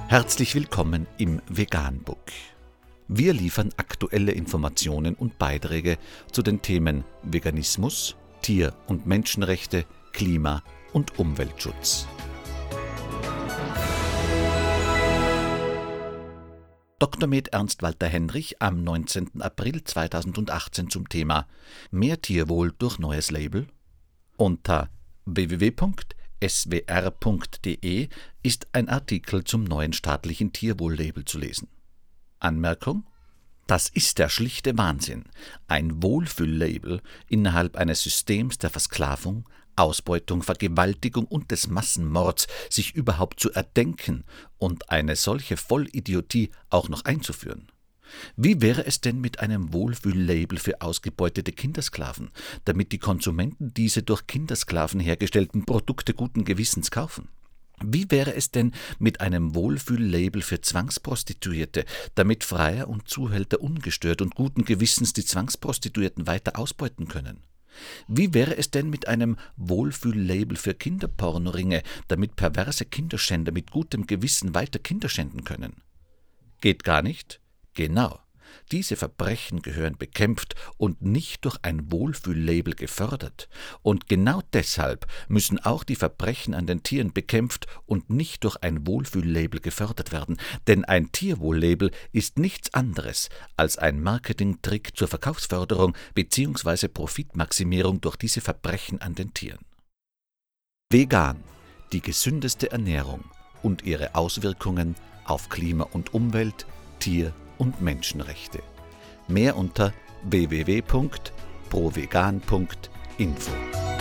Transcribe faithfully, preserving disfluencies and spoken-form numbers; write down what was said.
Herzlich willkommen im Veganbook. Wir liefern aktuelle Informationen und Beiträge zu den Themen Veganismus, Tier- und Menschenrechte, Klima- und Umweltschutz. Doktor med Ernst Walter Henrich am neunzehnten April zweitausendachtzehn zum Thema Mehr Tierwohl durch neues Label? Unter w w w punkt s w r punkt d e ist ein Artikel zum neuen staatlichen Tierwohl-Label zu lesen. Anmerkung: Das ist der schlichte Wahnsinn, ein Wohlfühl-Label innerhalb eines Systems der Versklavung, Ausbeutung, Vergewaltigung und des Massenmords sich überhaupt zu erdenken und eine solche Vollidiotie auch noch einzuführen. Wie wäre es denn mit einem Wohlfühl-Label für ausgebeutete Kindersklaven, damit die Konsumenten diese durch Kindersklaven hergestellten Produkte guten Gewissens kaufen? Wie wäre es denn mit einem Wohlfühl-Label für Zwangsprostituierte, damit Freier und Zuhälter ungestört und guten Gewissens die Zwangsprostituierten weiter ausbeuten können? Wie wäre es denn mit einem Wohlfühl-Label für Kinderpornoringe, damit perverse Kinderschänder mit gutem Gewissen weiter Kinder schänden können? Geht gar nicht? Genau. Diese Verbrechen gehören bekämpft und nicht durch ein Wohlfühl-Label gefördert. Und genau deshalb müssen auch die Verbrechen an den Tieren bekämpft und nicht durch ein Wohlfühl-Label gefördert werden. Denn ein Tierwohl-Label ist nichts anderes als ein Marketingtrick zur Verkaufsförderung bzw. Profitmaximierung durch diese Verbrechen an den Tieren. Vegan, die gesündeste Ernährung und ihre Auswirkungen auf Klima und Umwelt, Tier- und Menschenrechte. Mehr unter w w w punkt provegan punkt info.